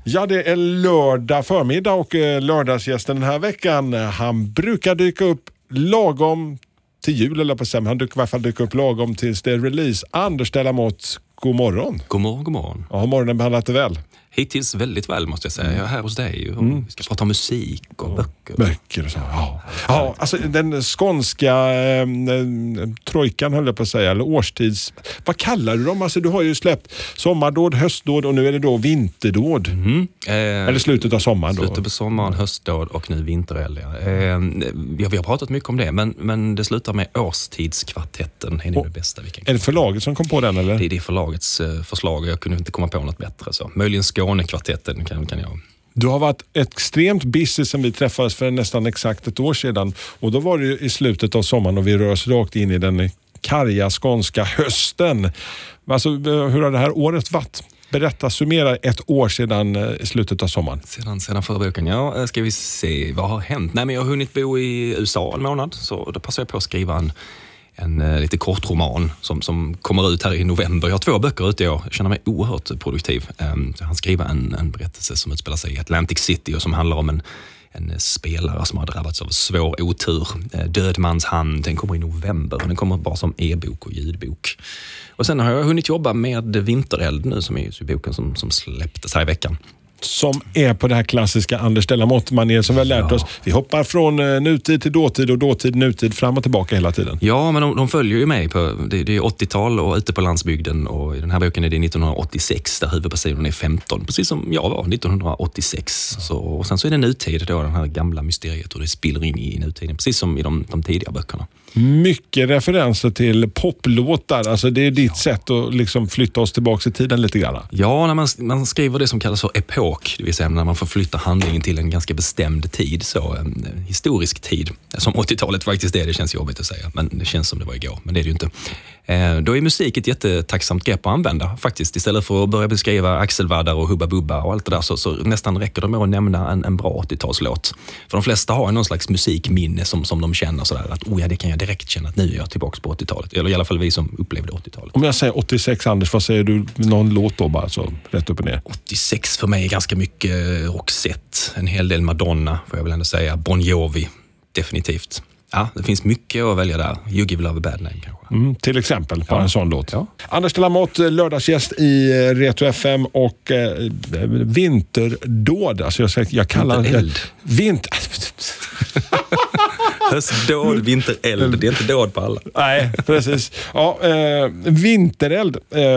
Ja, det är lördag förmiddag och lördagsgästen den här veckan, han brukar dyka upp lagom till jul eller på sämre. Han brukar i alla fall dyka upp lagom tills det är release. Anders Delamotte, god morgon. God morgon. Ja, har morgonen behandlat det väl? Hittills väldigt väl måste jag säga. Jag är här hos dig och vi ska prata om musik och böcker. Böcker och så. Ja, alltså den skånska trojkan höll jag på att säga, eller årstids... Vad kallar du dem? Alltså du har ju släppt sommardåd, höstdåd och nu är det då vinterdåd. Eller slutet av sommaren då. Slutet på sommaren, höstdåd och nu vintereld. Vi har pratat mycket om det, men det slutar med årstidskvartetten. Det är det bästa vi kan. Är det förlaget som kom på den eller? Det är förlagets förslag och jag kunde inte komma på något bättre. Så. Möjligen Skånekvartetten kan jag. Du har varit extremt busy sen vi träffades för nästan exakt ett år sedan. Och då var det ju i slutet av sommaren och vi rör oss rakt in i den karga skånska hösten. Alltså, hur har det här året varit? Berätta, summera ett år sedan i slutet av sommaren. Sedan förra boken, ja, ska vi se vad har hänt? Nej, men jag har hunnit bo i USA en månad så då passar jag på att skriva en lite kort roman som kommer ut här i november. Jag har 2 böcker ute jag känner mig oerhört produktiv. Jag har skrivit en berättelse som utspelar sig i Atlantic City och som handlar om en spelare som har drabbats av svår otur. Dödmans hand, den kommer i november och den kommer bara som e-bok och ljudbok. Och sen har jag hunnit jobba med Vintereld nu som är boken som släpptes här i veckan. Som är på det här klassiska Anders Delamotte-manér som vi har lärt oss. Vi hoppar från nutid till dåtid och dåtid, nutid, fram och tillbaka hela tiden. Ja, men de följer ju med på, det är 80-tal och ute på landsbygden och i den här boken är det 1986 där huvudpersonen är 15, precis som jag var 1986. Så, och sen så är det nutid då, den här gamla mysteriet och det spiller in i nutiden, precis som i de tidiga böckerna. Mycket referenser till poplåtar, alltså det är ditt sätt att liksom flytta oss tillbaka i tiden lite grann. Ja, när man skriver det som kallas för epok, det vill säga när man får flytta handlingen till en ganska bestämd tid, så en historisk tid, som 80-talet faktiskt är, det känns jobbigt att säga, men det känns som det var igår, men det är det ju inte. Då är musik ett jättetacksamt grepp att använda faktiskt, istället för att börja beskriva axelvaddar och hubba bubba och allt det där så nästan räcker det med att nämna en bra 80-talslåt. För de flesta har någon slags musikminne som de känner sådär att det kan jag direkt känna att nu är jag tillbaka på 80-talet, eller i alla fall vi som upplevde 80-talet. Om jag säger 86, Anders, vad säger du, någon låt då bara så rätt upp och ner? 86 för mig är ganska mycket Roxette, en hel del Madonna får jag väl ändå säga, Bon Jovi, definitivt. Ja, det finns mycket att välja där. You Give Love a Bad Name kanske. Till exempel, bara en sån låt. Ja. Anders Delamotte, lördagsgäst i Retro FM och vinterdåd. Alltså jag kallar Vintereld. Höstdåd, vintereld. Det är inte dåd på alla. Nej, precis. Ja, vintereld.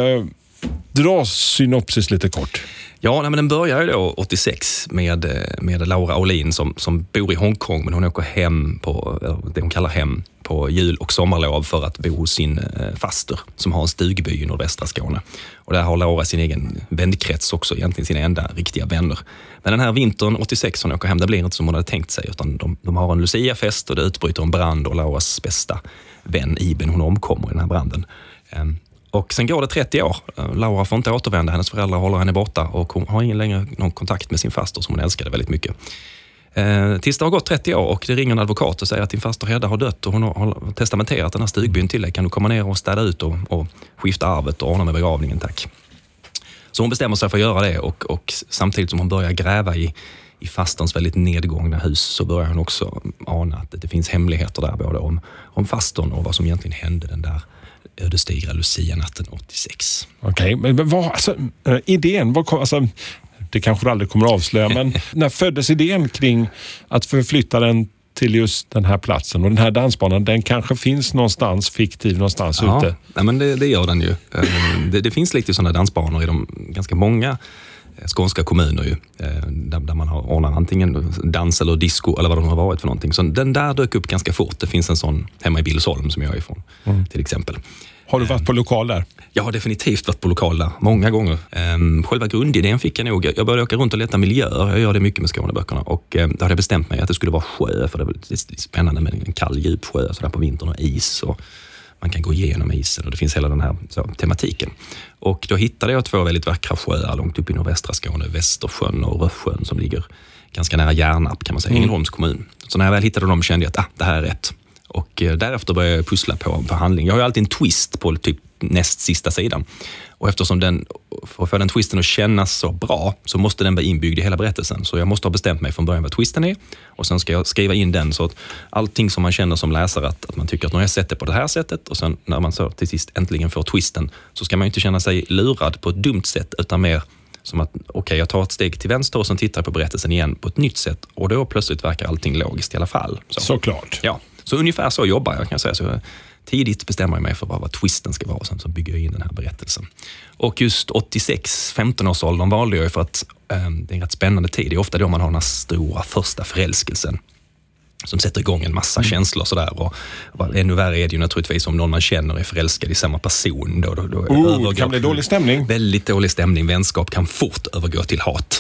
Dra synopsis lite kort. Ja, men den börjar ju då 86 med Laura Olin som bor i Hongkong, men hon åker hem på det hon kallar hem på jul- och sommarlov för att bo hos sin faster som har en stugby i nordvästra Skåne. Och där har Laura sin egen vänkrets också, egentligen sina enda riktiga vänner. Men den här vintern 86 hon åker hem, det blir inte som hon hade tänkt sig, utan de har en Lucia-fest och det utbryter en brand och Lauras bästa vän Iben, hon omkommer i den här branden. Och sen går det 30 år. Laura får inte återvända, hennes föräldrar håller henne borta och hon har ingen längre någon kontakt med sin faster som hon älskade väldigt mycket. Tills det har gått 30 år och det ringer en advokat och säger att din faster Hedda har dött och hon har testamenterat den här stugbyn till dig. Kan du komma ner och städa ut och skifta arvet och ordna med begravningen, tack. Så hon bestämmer sig för att göra det och samtidigt som hon börjar gräva i fasterns väldigt nedgångna hus så börjar hon också ana att det finns hemligheter där både om fastern och vad som egentligen hände den där ödesdigra Lucia-natten 86. Okej, men vad, alltså, idén, det kanske du aldrig kommer att avslöja, men när föddes idén kring att förflytta den till just den här platsen och den här dansbanan, den kanske finns någonstans fiktiv någonstans ute? Ja, men det gör den ju. Det finns lite sådana dansbanor i de ganska många skånska kommuner ju, där man har ordnat antingen dans eller disco eller vad det har varit för någonting. Så den där dök upp ganska fort. Det finns en sån hemma i Billesholm som jag är ifrån, till exempel. Har du varit på lokal där? Jag har definitivt varit på lokal där, många gånger. Själva grundidén fick jag nog. Jag började åka runt och leta miljöer. Jag gör det mycket med Skåneböckerna. Och då hade jag bestämt mig att det skulle vara sjö, för det är spännande med en kall, djup sjö så där på vintern och is. Och man kan gå igenom isen och det finns hela den här tematiken. Och då hittade jag 2 väldigt vackra sjöar långt upp i nordvästra Skåne, Västersjön och Rössjön som ligger ganska nära Järnarp kan man säga, Ängelholms kommun. Så när jag väl hittade dem kände jag att det här är rätt. Och därefter började jag pussla på handling. Jag har ju alltid en twist på typ näst sista sidan. Och Och eftersom för att få den twisten att kännas så bra så måste den vara inbyggd i hela berättelsen. Så jag måste ha bestämt mig från början vad twisten är och sen ska jag skriva in den så att allting som man känner som läsare att man tycker att nu har jag sett det på det här sättet och sen när man så till sist äntligen får twisten så ska man ju inte känna sig lurad på ett dumt sätt utan mer som att okej, jag tar ett steg till vänster och sen tittar jag på berättelsen igen på ett nytt sätt och då plötsligt verkar allting logiskt i alla fall. Såklart. Ja, så ungefär så jobbar jag kan jag säga. Så tidigt bestämmer jag mig för vad twisten ska vara och sen så bygger jag in den här berättelsen. Och just 15-årsåldern valde jag för att det är en rätt spännande tid. Det är ofta då man har den här stora första förälskelsen som sätter igång en massa känslor sådär. Och ännu värre är det ju naturligtvis om någon man känner är förälskad i samma person. Då kan bli dålig stämning. Väldigt dålig stämning. Vänskap kan fort övergå till hat.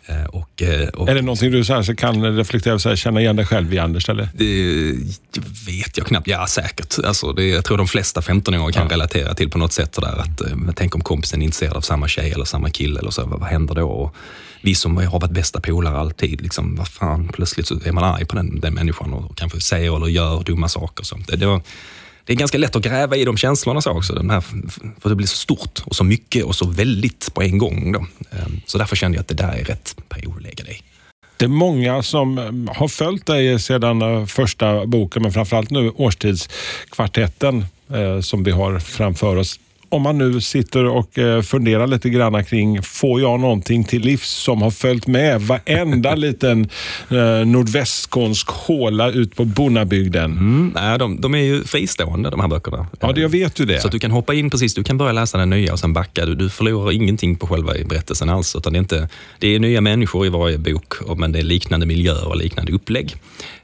Och är det någonting du så kan reflektera och känna igen dig själv i, Anders? Eller? Det vet jag knappt. Ja, säkert. Alltså, jag tror de flesta 15-åringar kan relatera till på något sätt. Sådär, att, tänk om kompisen är intresserad av samma tjej eller samma kille. Eller så, vad händer då? Och vi som har varit bästa polare alltid, liksom, vad fan, plötsligt så är man arg på den människan och kanske säger eller gör dumma saker. Så. Det är ganska lätt att gräva i de känslorna så också. För det blir så stort och så mycket och så väldigt på en gång. Då. Så därför kände jag att det där är rätt period att lägga dig. Det är många som har följt dig sedan första boken, men framförallt nu Årstidskvartetten som vi har framför oss. Om man nu sitter och funderar lite grann kring, får jag någonting till livs som har följt med varenda liten nordvästskånsk håla ut på Bonnabygden? Nej, de är ju fristående, de här böckerna. Ja, jag vet ju det. Så att du kan hoppa in precis, du kan börja läsa den nya och sen backa. Du förlorar ingenting på själva berättelsen alls, utan det är nya människor i varje bok, men det är liknande miljöer och liknande upplägg.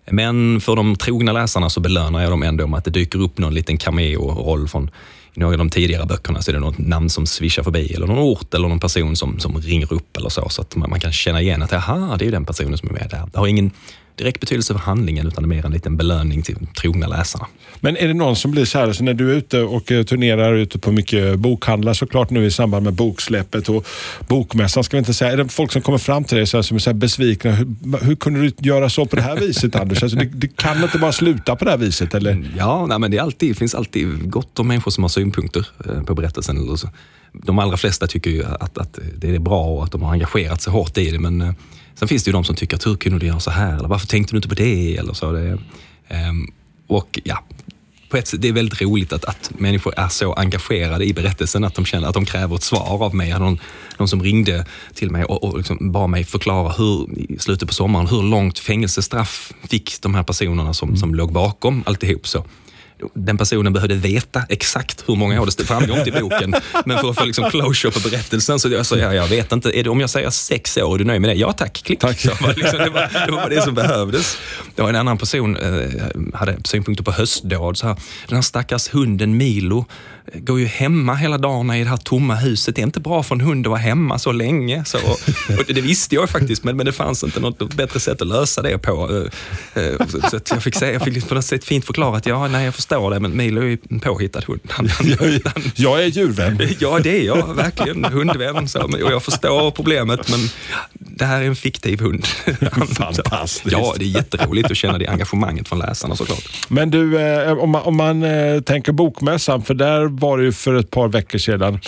Men för de trogna läsarna så belönar jag dem ändå med att det dyker upp någon liten cameo-roll från några av de tidigare böckerna, så är det något namn som svischar förbi eller någon ort eller någon person som ringer upp eller så att man kan känna igen att aha, det är den personen som är med där. Det har ingen direkt betydelse för handlingen utan det är mer en liten belöning till trogna läsarna. Men är det någon som blir så här, så när du är ute och turnerar ute på mycket bokhandlar såklart nu i samband med boksläppet och bokmässan, ska vi inte säga, är det folk som kommer fram till dig så här, som är så här besvikna, hur kunde du göra så på det här viset, Anders? Alltså, det kan inte bara sluta på det här viset, eller? Ja, nej, men det finns alltid gott om människor som har synpunkter på berättelsen eller så. De allra flesta tycker ju att det är bra och att de har engagerat sig hårt i det, men sen finns det ju de som tycker att hur kunde du göra så här? Eller varför tänkte du inte på det? Eller så. Och ja, på ett sätt, det är väldigt roligt att människor är så engagerade i berättelsen att de känner att de kräver ett svar av mig. Någon som ringde till mig och liksom bad mig förklara i slutet på sommaren hur långt fängelsestraff fick de här personerna som låg bakom alltihop så. Den personen behövde veta exakt hur många år det framgår inte i boken. Men för att få liksom closure på berättelsen så jag vet inte. Om jag säger 6 år, är du nöjd med det? Ja tack, klick. Tack. Så, liksom, det var det som behövdes. Det var en annan person hade synpunkter på höstdåd. Så här, den här stackars hunden Milo går ju hemma hela dagen i det här tomma huset. Det är inte bra för en hund att vara hemma så länge. Så, och det visste jag faktiskt, men det fanns inte något bättre sätt att lösa det på. Så att jag fick på något sätt fint förklara att jag förstår det, men Milo är ju en påhittad hund. Jag är djurvän. Ja, det är jag, verkligen. Hundvän. Så, och jag förstår problemet, men det här är en fiktiv hund. Fantastiskt. Ja, det är jätteroligt att känna det engagemanget från läsarna såklart. Men du, om man tänker bokmässan, för där var det ju för ett par veckor sedan.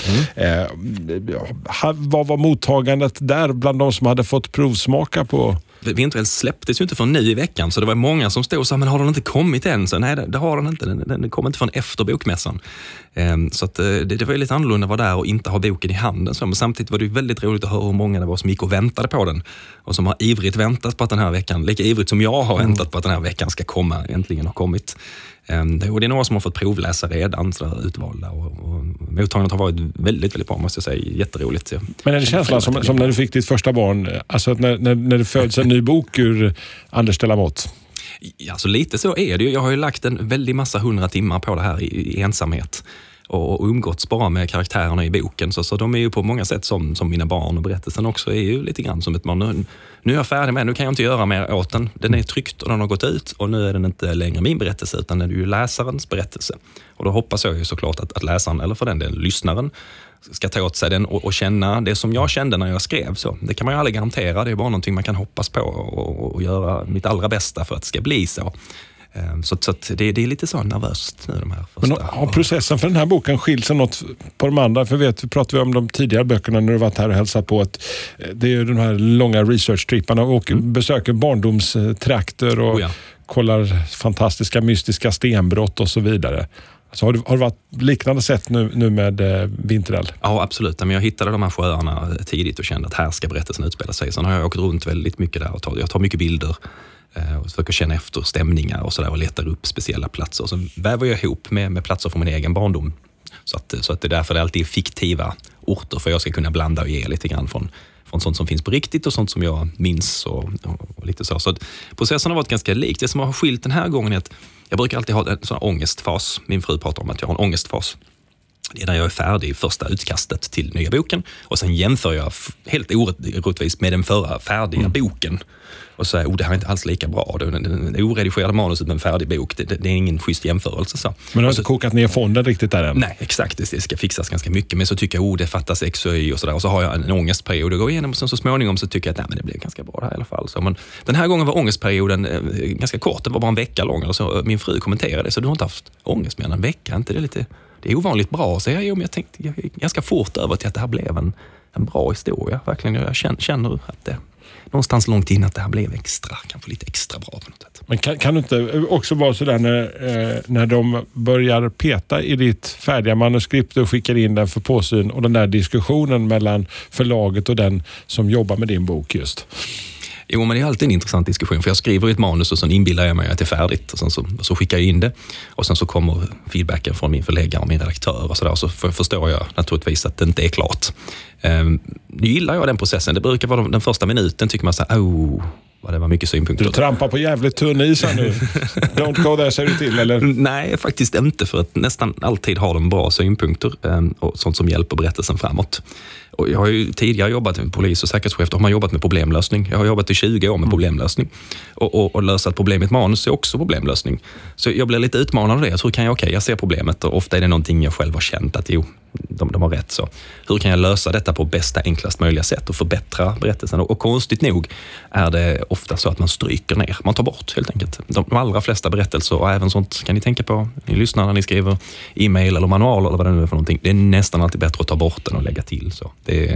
Vad var mottagandet där bland de som hade fått provsmaka på? Vintereld släpptes ju inte förrän nu i veckan, så det var många som stod och sa, men har den inte kommit än? Så nej, det har den inte. Den kom inte förrän efter bokmässan. Så att det var ju lite annorlunda att vara där och inte ha boken i handen. Så, men samtidigt var det ju väldigt roligt att höra hur många det var som gick och väntade på den. Och som har ivrigt väntat på att den här veckan, lika ivrigt som jag har väntat på att den här veckan ska komma, äntligen har kommit. Och det är några som har fått provläsa redan, så där utvalda. Och mottagandet har varit väldigt, väldigt bra, måste jag säga. Jätteroligt. Men är det känslan som när du fick ditt första barn, alltså att när det föds en ny bok ur Anders de Lamotte? Ja, så lite så är det ju. Jag har ju lagt en väldigt massa 100 timmar på det här i ensamhet. Och umgåtts bara med karaktärerna i boken. Så de är ju på många sätt som mina barn, och berättelsen också är ju lite grann som ett barn. Nu är jag färdig med, nu kan jag inte göra mer åt den. Den är tryckt och den har gått ut, och nu är den inte längre min berättelse, utan det är ju läsarens berättelse. Och då hoppas jag ju såklart att läsaren, eller för den delen lyssnaren, ska ta åt sig den och känna det som jag kände när jag skrev. Så det kan man ju aldrig garantera, det är bara någonting man kan hoppas på och göra mitt allra bästa för att det ska bli så. Så att det är lite så nervöst nu de här första. Men har processen för den här boken skilt sig något på de andra? För vi pratar om de tidigare böckerna när du varit här och hälsat på, att det är ju de här långa research-tripparna och besöker barndomstrakter och kollar fantastiska mystiska stenbrott och så vidare. Alltså har det varit liknande sätt nu med Vintereld? Ja, absolut. Men jag hittade de här sjöarna tidigt och kände att här ska berättelsen utspela sig. Sen har jag åkt runt väldigt mycket där och jag tar mycket bilder och försöker känna efter stämningar och sådär och letar upp speciella platser. Och så väver jag ihop med platser från min egen barndom. Så att det är därför det alltid är fiktiva orter, för jag ska kunna blanda och ge lite grann från sånt som finns på riktigt och sånt som jag minns och lite så. Så att processen har varit ganska lik. Det som har skilt den här gången är att jag brukar alltid ha en sån här ångestfas. Min fru pratar om att jag har en ångestfas. Det är när jag är färdig i första utkastet till nya boken och sen jämför jag helt orättvist med den förra färdiga boken och säger, det här är inte alls lika bra. Det oredigerade manuset med en färdig bok, det är ingen schysst jämförelse. Så. Men du har inte kokat ner fonden riktigt där än? Nej, exakt. Det ska fixas ganska mycket. Men så tycker jag, det fattas X och Y och sådär. Och så har jag en ångestperiod att gå igenom och sen så småningom så tycker jag att nej, men det blir ganska bra det här i alla fall. Så, men den här gången var ångestperioden ganska kort. Den var bara en vecka lång. Och så, min fru kommenterade det, så du har inte haft ångest mer än en vecka? Inte det lite... Det är ovanligt bra, så jag tänkte ganska fort över till att det här blev en bra historia. Verkligen, jag känner att det någonstans långt in att det här blev kanske lite extra bra på något sätt. Men kan du inte också vara sådär när de börjar peta i ditt färdiga manuskript och skickar in den för påsyn och den där diskussionen mellan förlaget och den som jobbar med din bok just? Jo, men det är alltid en intressant diskussion, för jag skriver ett manus och sen inbillar jag mig att det är färdigt och sen så skickar jag in det och sen så kommer feedbacken från min förläggare och min redaktör och sådär, så förstår jag naturligtvis att det inte är klart. Nu gillar jag den processen. Det brukar vara den första minuten tycker man så här, vad det var mycket synpunkter. Du trampar på jävligt tunn is här nu. Don't go there, säger du till, eller? Nej, faktiskt inte, för att nästan alltid har de bra synpunkter och sånt som hjälper berättelsen framåt. Och jag har ju tidigare jobbat med polis och säkerhetschef, då har man jobbat med problemlösning. Jag har jobbat i 20 år med problemlösning. Och lösa ett problem i ett manus är också problemlösning. Så jag blir lite utmanad av det. Så hur kan jag ser problemet och ofta är det någonting jag själv har känt att de har rätt. Så hur kan jag lösa detta på bästa, enklast möjliga sätt och förbättra berättelsen? Och konstigt nog är det ofta så att man stryker ner. Man tar bort helt enkelt. De allra flesta berättelser och även sånt kan ni tänka på. Ni lyssnar när ni skriver e-mail eller manual eller vad det nu är för någonting. Det är nästan alltid bättre att ta bort den och lägga till. Så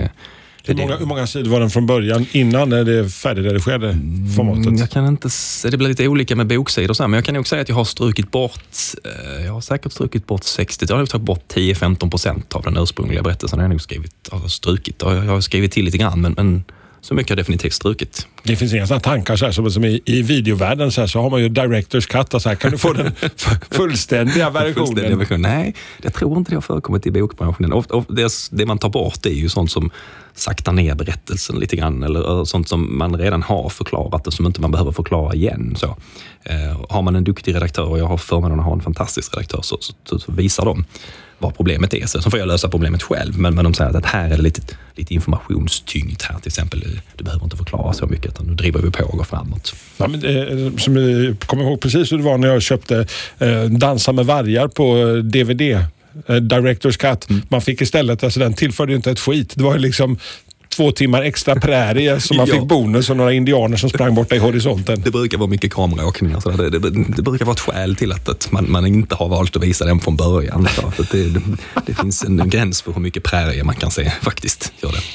hur många sidor var den från början innan det färdigredigerade formatet? Jag kan inte, det blir lite olika med boksidor, men jag kan nog säga att jag har strukit bort, jag har säkert strukit bort 60, jag har tagit bort 10-15% av den ursprungliga berättelsen. Jag har nog strukit, och jag har skrivit till lite grann, men så mycket har jag definitivt strukit. Det finns inga sådana tankar så här, som i videovärlden så har man ju director's cut och så här, kan du få den fullständiga versionen? Nej, jag tror inte det har förekommit i bokbranschen. Det man tar bort, det är ju sånt som saktar ner berättelsen lite grann, eller sånt som man redan har förklarat och som inte man behöver förklara igen. Så, har man en duktig redaktör, och jag har förmånen att ha en fantastisk redaktör, så visar de vad problemet är. Så får jag lösa problemet själv, men de säger att här är det lite informationstyngt här till exempel. Du behöver inte förklara så mycket, utan nu driver vi på och går framåt. Ja, men som jag kommer ihåg precis hur det var när jag köpte Dansa med vargar på DVD. Director's Cut. Man fick istället, alltså den tillförde ju inte ett skit. Det var ju liksom 2 timmar extra prärie som man fick bonus och några indianer som sprang borta i horisonten. Det brukar vara mycket kameraåkningar. Så det brukar vara ett skäl till att man inte har valt att visa den från början. Så att det finns en gräns för hur mycket prärie man kan se faktiskt. Gör det.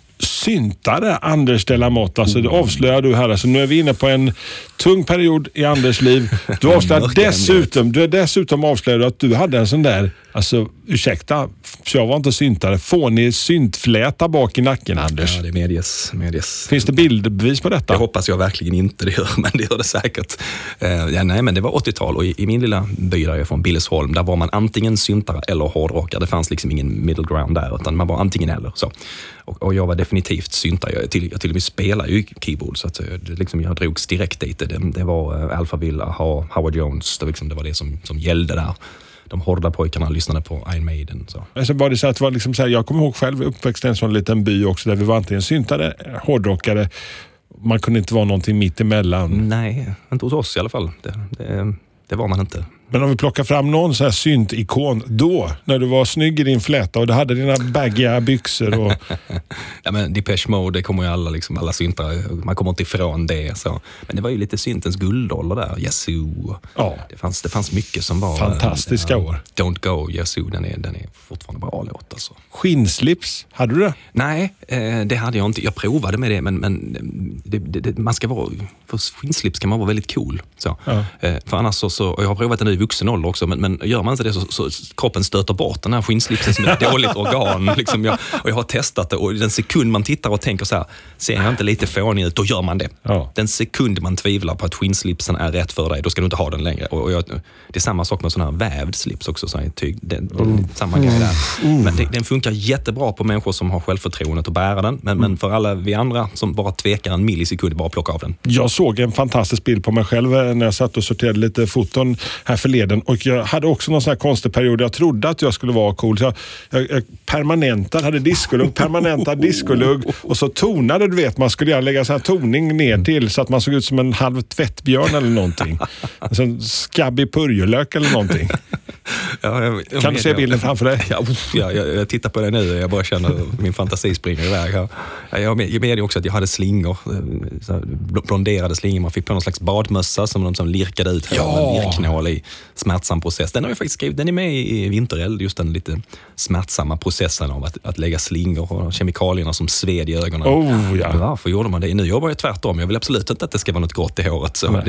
Syntare Anders de la Motte, alltså det avslöjar du här, alltså nu är vi inne på en tung period i Anders liv. Du avslöjar dessutom avslöjar att du hade en sån där, alltså ursäkta, så jag var inte syntare, fånig syntfläta bak i nacken, Anders. Ja, det medges. Finns det bildbevis på detta? Det hoppas jag verkligen inte det gör, men det gör det säkert. Men det var 80-tal och i min lilla by där jag är från, Billesholm, där var man antingen syntare eller hårdrockare. Det fanns liksom ingen middle ground där, utan man var antingen eller. Så. Och jag var definitivt syntare. Jag till och med spelar ju keyboard, så att jag drogs direkt dit. Det var Alphaville, Howard Jones, det var det som gällde där. De hårda pojkarna lyssnade på Iron Maiden. Så. Alltså var det så att det var liksom så här, jag kommer ihåg själv uppväxt i en sån liten by också, där vi var antingen syntare, hårdrockare. Man kunde inte vara någonting mitt emellan. Nej, inte hos oss i alla fall. Det var man inte. Men om vi plockar fram någon så här synt-ikon då, när du var snygg i din fläta och du hade dina baggiga byxor och... Ja, men Depeche Mode, det kommer ju alla, liksom, alla syntare, man kommer inte ifrån det. Så. Men det var ju lite syntens guldålder där, Yazoo. Ja. Det fanns mycket som var... Fantastiska år. Don't Go, Yazoo, den är fortfarande bra låt alltså. Skinnslips, hade du det? Nej, det hade jag inte. Jag provade med det, men man ska vara... För skinnslips kan man vara väldigt cool. Så. Ja. För annars så... Och jag har provat det nu i vuxen ålder också, men gör man inte det så kroppen stöter bort den här skinnslipsen som ett dåligt organ. Liksom jag har testat det och den sekund man tittar och tänker så här, ser jag inte lite fånig ut, då gör man det. Ja. Den sekund man tvivlar på att skinnslipsen är rätt för dig, då ska du inte ha den längre. Det är samma sak med sån här vävd slips också, så tyg. Samma grej där. Men den funkar jättebra på människor som har självförtroendet att bära den, men för alla vi andra som bara tvekar en millisekund, bara plocka av den. Jag såg en fantastisk bild på mig själv när jag satt och sorterade lite foton här förleden, och jag hade också någon sån här konstig period. Jag trodde att jag skulle vara cool, så jag hade diskolugg, permanentad diskolugg, och så tonade, du vet, man skulle lägga så här toning ner till så att man såg ut som en halv tvättbjörn eller någonting. Sen skabbig purjolök eller någonting. Kan du se bilden framför dig? Jag tittar på det nu och jag bara känner min fantasi springer iväg här. Jag medger också att jag hade slingor, blonderade slingor. Man fick på någon slags badmössa som de som lirkade ut en lirknål i smärtsam process. Den har jag faktiskt skrivit, den är med i Vintereld, just den lite smärtsamma processen av att lägga slingor och kemikalierna som sved i ögonen. Varför gjorde man det? Nu jobbar jag tvärtom. Jag vill absolut inte att det ska vara något grått i håret. Så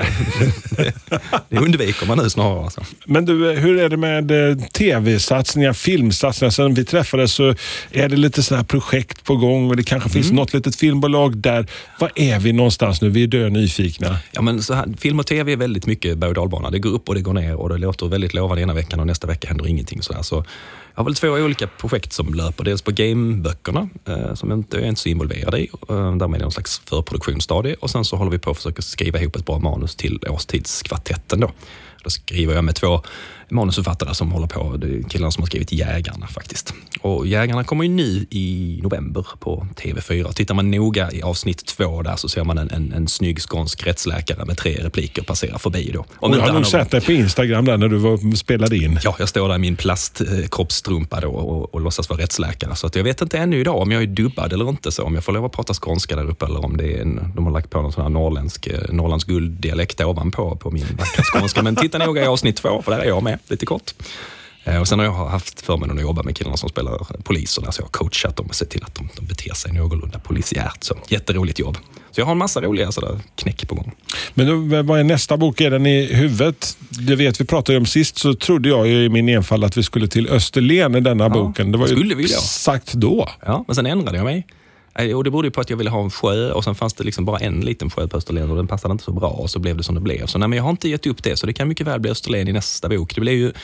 det undviker man nu snarare. Alltså. Men du, hur är det med tv-satsningar, filmsatsningar? Sen vi träffades så är det lite sådana här projekt på gång och det kanske finns något litet filmbolag där. Var är vi någonstans nu? Vi är död nyfikna. Ja, men så här, film och tv är väldigt mycket berg- och dalbana. Det går upp och det går ner och det låter väldigt lovande ena veckan och nästa vecka händer ingenting. Så jag har väl 2 olika projekt som löper. Dels på gameböckerna som jag inte är så involverad i. Därmed är det någon slags förproduktionsstadie. Och sen så håller vi på att försöka skriva ihop ett bra manus till årstidskvartetten då. Då skriver jag med 2 manusförfattare som håller på, det är killarna som har skrivit Jägarna faktiskt. Och Jägarna kommer ju nu i november på TV4. Tittar man noga i avsnitt 2 där så ser man en snygg skånsk rättsläkare med 3 repliker passera förbi då. Jag har nog sett dig på Instagram där när du spelade in. Ja, jag står där i min plastkroppstrumpa då och låtsas vara rättsläkare. Så att jag vet inte ännu idag om jag är dubbad eller inte, så om jag får lov att prata skånska där uppe eller om det är de har lagt på någon sån här Norrlands gulddialekt ovanpå på min vackra skånska. Men titta noga i avsnitt 2, för där är jag med. Lite kort. Och sen har jag haft förmånen att jobba med killarna som spelar poliser där, så jag har coachat dem och sett till att de beter sig någorlunda polisiärt. Så jätteroligt jobb. Så jag har en massa roliga sådär knäck på gång. Men då, vad är nästa bok? Är den i huvudet? Det vet vi pratade om sist, så trodde jag i min enfall att vi skulle till Österlen i denna boken. Det var ju sagt då. Ja, men sen ändrade jag mig. Och det berodde på att jag ville ha en sjö och sen fanns det liksom bara en liten sjö på Österlen och den passade inte så bra och så blev det som det blev. Så nej, men jag har inte gett upp det, så det kan mycket väl bli Österlen i nästa bok. Det blev ju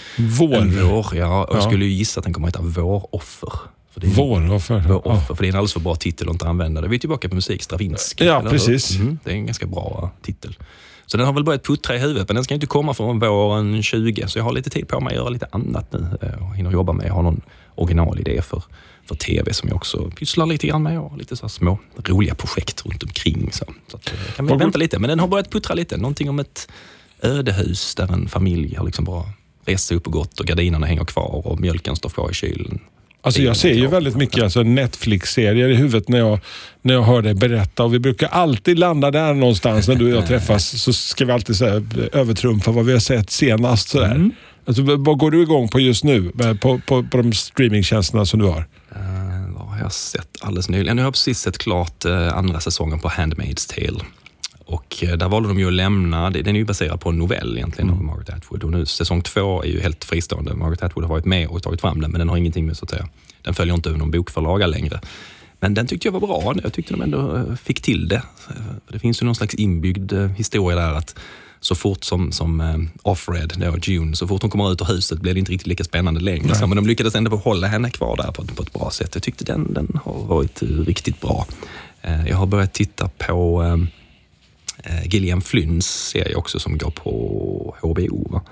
vår, ja. Och jag skulle ju gissa att den kommer att heta Våroffer. Våroffer, för det är en alldeles för bra titel att inte använda det. Vi är tillbaka på musik, Stravinsky. Ja, precis. Det är en ganska bra titel. Så den har väl börjat puttra i huvudet, men den ska inte komma från våren 20. Så jag har lite tid på mig att göra lite annat nu och hinner jobba med. Jag har någon originalidé för tv som jag också pysslar lite grann med och lite så små roliga projekt runt omkring. Så att, kan vi vänta lite, men den har börjat puttra lite. Någonting om ett ödehus där en familj har liksom bara rest sig upp och gått och gardinerna hänger kvar och mjölken står kvar i kylen. Alltså jag ser ju väldigt mycket Netflix-serier i huvudet när jag hör dig berätta, och vi brukar alltid landa där någonstans när du och jag träffas, så ska vi alltid säga övertrumfa vad vi har sett senast sådär. Alltså, vad går du igång på just nu på de streamingtjänsterna som du har? Vad har jag sett alldeles nyligen? Nu har jag precis sett klart andra säsongen på Handmaid's Tale. Och där valde de ju att lämna, den är ju baserad på en novell egentligen av Margaret Atwood. Och nu säsong 2 är ju helt fristående. Margaret Atwood har varit med och tagit fram den, men den har ingenting med så att säga. Den följer inte någon bokförlaga längre. Men den tyckte jag var bra. Jag tyckte de ändå fick till det. Det finns ju någon slags inbyggd historia där att så fort som Offred, June, så fort hon kommer ut ur huset blir det inte riktigt lika spännande längre. Så, men de lyckades ändå behålla henne kvar där på ett bra sätt. Jag tyckte den har varit riktigt bra. Jag har börjat titta på Gillian Flynns serie också som går på HBO. Va?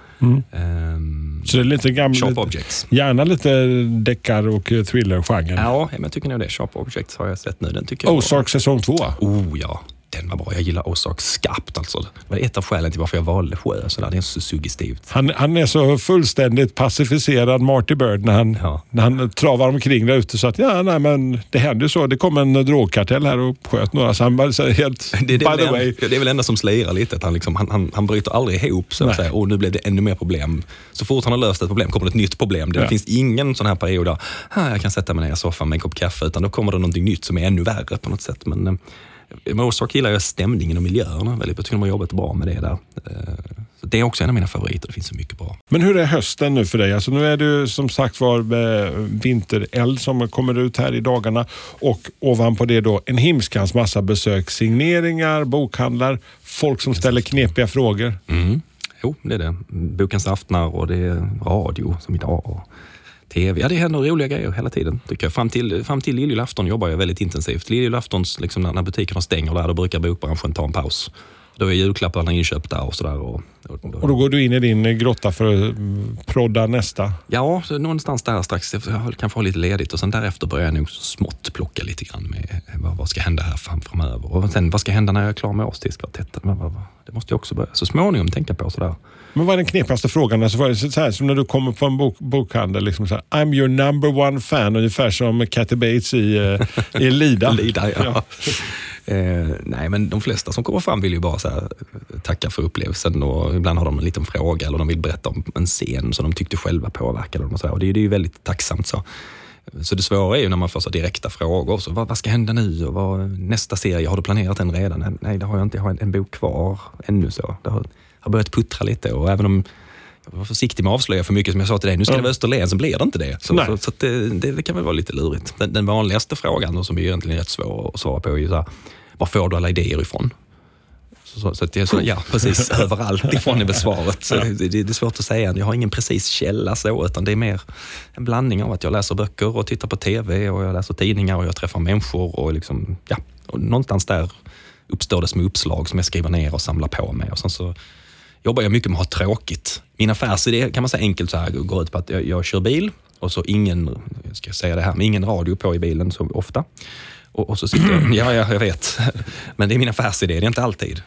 Så det är lite gammalt. Sharp Objects. Gärna lite deckar och thriller-genren. Ja, men jag tycker nog det. Sharp Objects har jag sett nu. Den tycker jag Ozark säsong 2. Ja. Den var bra. Jag gillar Ozark skarpt alltså. Det var ett av skälen till varför jag valde Sjö. Så där. Det är så suggestivt. Han är så fullständigt pacificerad, Marty Bird, när han travar omkring där ute så att men det händer ju så. Det kom en drogkartell här och sköt några. Så han bara säger helt det är väl enda som slirar lite. Att han bryter aldrig ihop så att säga. Och nu blev det ännu mer problem. Så fort han har löst ett problem kommer det ett nytt problem. Det finns ingen sån här period där jag kan sätta mig ner i soffan med en kopp kaffe. Utan då kommer det någonting nytt som är ännu värre på något sätt. Men Ozark gillar jag stämningen och miljöerna väldigt. Jag tycker de har jobbat bra med det där. Så det är också en av mina favoriter. Det finns så mycket bra. Men hur är hösten nu för dig? Alltså nu är det som sagt vintereld som kommer ut här i dagarna. Och ovanpå det då en himskans massa besök. Signeringar, bokhandlar, folk som ställer knepiga frågor. Jo, det är det. Bokens aftnar och det är radio som idag och TV. Ja, det händer roliga grejer hela tiden, tycker jag. Fram till lilljulafton jobbar jag väldigt intensivt. Lilljulaftons, liksom, när butikerna stänger där, då brukar bokbranschen ta en paus. Då är julklapparna inköpta och sådär. Och då går du in i din grotta för att prodda nästa? Ja, så någonstans där strax. Jag kan få lite ledigt och sen därefter börjar jag nog smått plocka lite grann med vad ska hända här framöver. Och sen vad ska hända när jag är klar med årstidskvartetten? Det måste jag också börja så småningom tänka på sådär. Men vad är den knepigaste frågan? Alltså, var det så här, som när du kommer på en bokhandel, liksom så här, I'm your number one fan, ungefär som Kathy Bates i Lida. Lida, ja. Nej, men de flesta som kommer fram vill ju bara så här, tacka för upplevelsen och ibland har de en liten fråga eller de vill berätta om en scen som de tyckte själva påverkade dem och så här. Och det är ju väldigt tacksamt så. Så det svåra är ju när man får så direkta frågor. Så vad ska hända nu? Och nästa serie, har du planerat den redan? Nej, det har jag inte. Jag har en bok kvar ännu så. Det har börjat puttra lite och även om jag var försiktig med att avslöja för mycket som jag sa till dig. Nu ska det vara Österlen så blir det inte det. Så det kan väl vara lite lurigt. Den vanligaste frågan då, som är egentligen rätt svår att svara på är ju så här, var får du alla idéer ifrån? Så det är så, ja, precis överallt ifrån är besvaret. Så det är svårt att säga. Jag har ingen precis källa så, utan det är mer en blandning av att jag läser böcker och tittar på tv och jag läser tidningar och jag träffar människor och liksom, ja, och någonstans där uppstår det små uppslag som jag skriver ner och samlar på mig. Och sen så jobbar jag mycket med att ha tråkigt. Min affärsidé kan man säga enkelt så här går ut på att jag kör bil och så ingen radio på i bilen så ofta. Och så sitter jag vet. Men det är min affärsidé, det är inte alltid.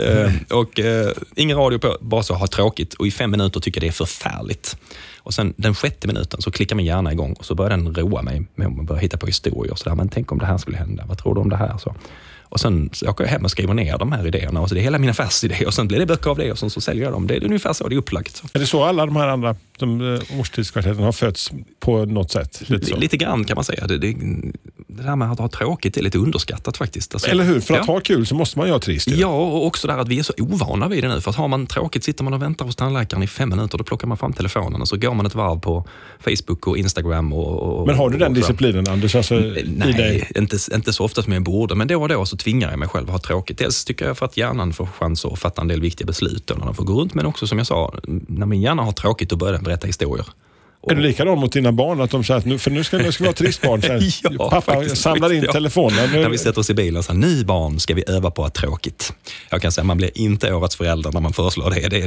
Ingen radio på, bara så ha tråkigt. Och i 5 minuter tycker jag det är förfärligt. Och sen den 6:e minuten så klickar min hjärna igång och så börjar den roa mig med att börja hitta på historier. Så där, men tänk om det här skulle hända, vad tror du om det här? Och sen så åker jag hem och skriver ner de här idéerna. Och så det är hela min affärsidé och sen blir det böcker av det och sen så säljer jag dem. Det är ungefär så det är upplagt. Så. Är det så alla de här andra årstidskvartetten har fötts på något sätt? Lite grann kan man säga. Det där med att ha tråkigt är lite underskattat faktiskt. Alltså, eller hur? För att ha kul så måste man ju ha trist. Ja, och också där att vi är så ovana vid det nu. För att har man tråkigt sitter man och väntar hos tandläkaren i 5 minuter. Då plockar man fram telefonen och så går man ett varv på Facebook och Instagram. Men har du den disciplinen, Anders? Alltså, nej, inte så ofta som jag borde. Men då och då så tvingar jag mig själv att ha tråkigt. Dels tycker jag för att hjärnan får chans att fatta en del viktiga beslut. När de får gå runt. Men också som jag sa, när min hjärna har tråkigt då börjar den berätta historier. Är du likadan mot dina barn? Att de säger att nu ska vi vara trist barn. Ja, pappa samlar in telefonen. När vi sätter oss i bilen så här, nu barn ska vi öva på att tråkigt. Jag kan säga man blir inte årets förälder när man föreslår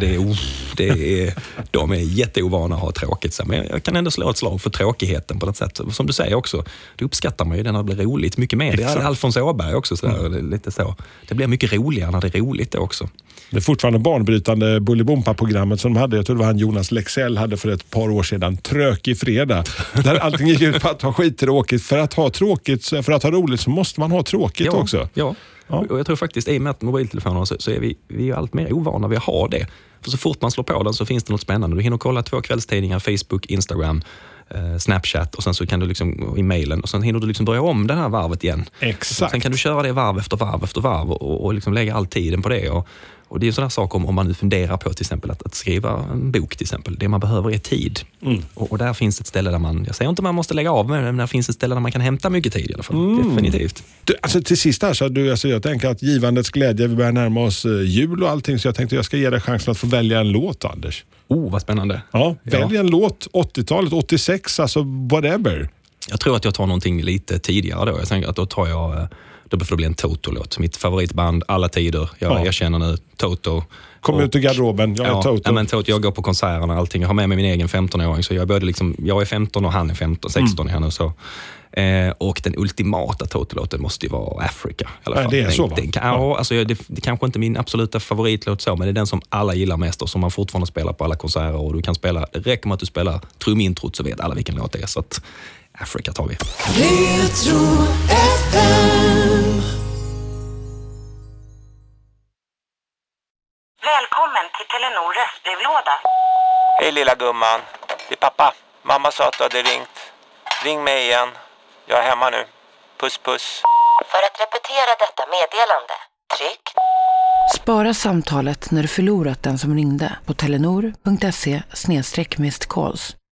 det. De är jätteovana att ha tråkigt. Men jag kan ändå slå ett slag för tråkigheten på något sätt. Som du säger också, det uppskattar man ju när det blir roligt mycket mer. Det är Alfons Åberg också. Lite så. Det blir mycket roligare när det är roligt det också. Det är fortfarande barnbrytande Bolibompa-programmet som de hade. Jag tror det var han Jonas Lexell hade för ett par år sedan. Trökig fredag. Där allting gick ut på att ha skittråkigt. För att ha roligt så måste man ha tråkigt också. Ja, och jag tror faktiskt i och med att mobiltelefoner så är vi är allt mer ovana vid att ha det. För så fort man slår på den så finns det något spännande. Du hinner kolla 2 kvällstidningar, Facebook, Instagram, Snapchat och sen så kan du liksom i mailen och sen hinner du liksom börja om det här varvet igen. Exakt. Sen kan du köra det varv efter varv och liksom lägga all tiden på det och det är en sån här sak om man nu funderar på till exempel att skriva en bok till exempel. Det man behöver är tid. Och där finns ett ställe där jag säger inte man måste lägga av, men där finns ett ställe där man kan hämta mycket tid i alla fall. Definitivt. Alltså till sist här så jag tänker att givandets glädje, vi börjar närma oss jul och allting, så jag tänkte jag ska ge dig chansen att få välja en låt, Anders. Vad spännande. Ja, välj en låt, 80-talet, 86, alltså whatever. Jag tror att jag tar någonting lite tidigare då. Jag tänker att då tar jag då får det bli en Toto-låt. Mitt favoritband alla tider. Jag känner nu Toto. Kom ut i garderoben, jag är Toto. Ja, men Toto. Jag går på konserterna och allting. Jag har med mig min egen 15-åring. Så jag är 15 och han är 16 här nu. Så. Och den ultimata Toto-låten måste ju vara Africa. I alla fall. Det är så, va? Det kanske inte är min absoluta favoritlåt så, men det är den som alla gillar mest och som man fortfarande spelar på alla konserter. Och du kan spela, det räcker med att du spelar trumintrot så vet alla vilken låt det är. Så att Africa tar vi. Retro FM. Välkommen till Telenor röstbrevlåda. Hej lilla gumman, det är pappa. Mamma sa att du hade ringt. Ring mig igen. Jag är hemma nu. Puss puss. För att repetera detta meddelande, tryck. Spara samtalet när du förlorat den som ringde på telenor.se/missed calls.